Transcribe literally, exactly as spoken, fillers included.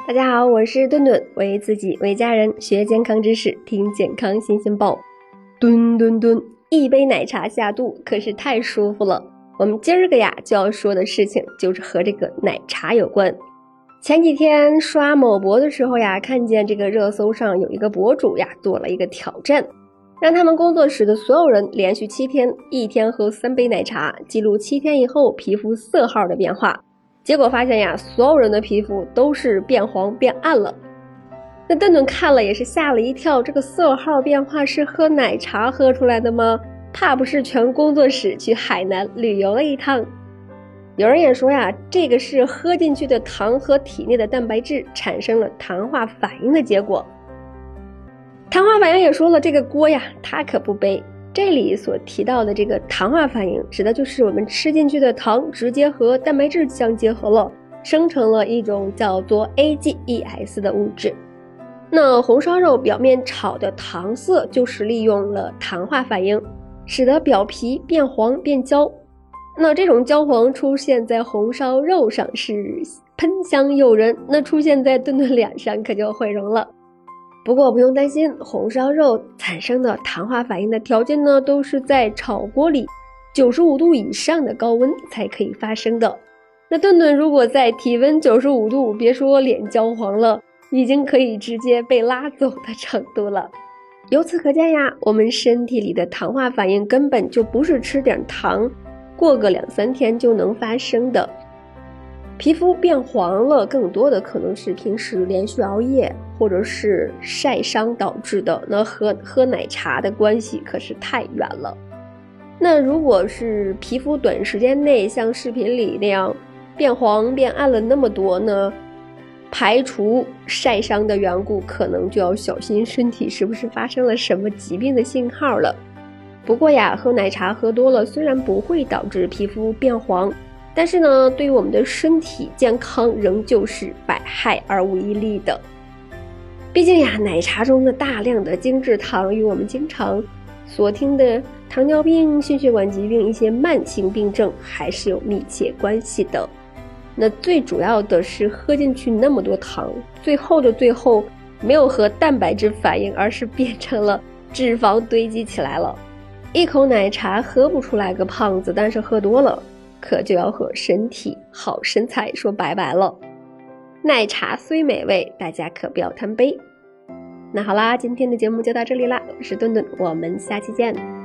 大家好，我是顿顿，为自己为家人学健康知识，听健康新鲜报。吨吨吨，一杯奶茶下肚可是太舒服了。我们今儿个呀就要说的事情就是和这个奶茶有关。前几天刷某博的时候呀，看见这个热搜上有一个博主呀做了一个挑战，让他们工作室的所有人连续七天，一天喝三杯奶茶，记录七天以后皮肤色号的变化。结果发现呀，所有人的皮肤都是变黄变暗了。那顿顿看了也是吓了一跳，这个色号变化是喝奶茶喝出来的吗？怕不是全工作室去海南旅游了一趟。有人也说呀，这个是喝进去的糖和体内的蛋白质产生了糖化反应的结果。糖化反应也说了，这个锅呀它可不背。这里所提到的这个糖化反应，指的就是我们吃进去的糖直接和蛋白质相结合了，生成了一种叫做 A G E S 的物质。那红烧肉表面炒的糖色就是利用了糖化反应，使得表皮变黄变焦。那这种焦黄出现在红烧肉上是喷香诱人，那出现在顿顿脸上可就毁容了。不过不用担心，红烧肉产生的糖化反应的条件呢，都是在炒锅里九十五度以上的高温才可以发生的。那顿顿如果在体温九十五度，别说脸焦黄了，已经可以直接被拉走的程度了。由此可见呀，我们身体里的糖化反应根本就不是吃点糖过个两三天就能发生的。皮肤变黄了，更多的可能是平时连续熬夜或者是晒伤导致的，那和喝奶茶的关系可是太远了。那如果是皮肤短时间内像视频里那样变黄变暗了那么多呢，排除晒伤的缘故，可能就要小心身体是不是发生了什么疾病的信号了。不过呀，喝奶茶喝多了虽然不会导致皮肤变黄，但是呢，对于我们的身体健康仍旧是百害而无一利的。毕竟呀，奶茶中的大量的精制糖与我们经常所听的糖尿病、心血管疾病一些慢性病症还是有密切关系的。那最主要的是喝进去那么多糖，最后的最后没有和蛋白质反应，而是变成了脂肪堆积起来了。一口奶茶喝不出来个胖子，但是喝多了可就要和身体好身材说拜拜了。奶茶虽美味，大家可不要贪杯。那好啦，今天的节目就到这里啦，我是顿顿，我们下期见。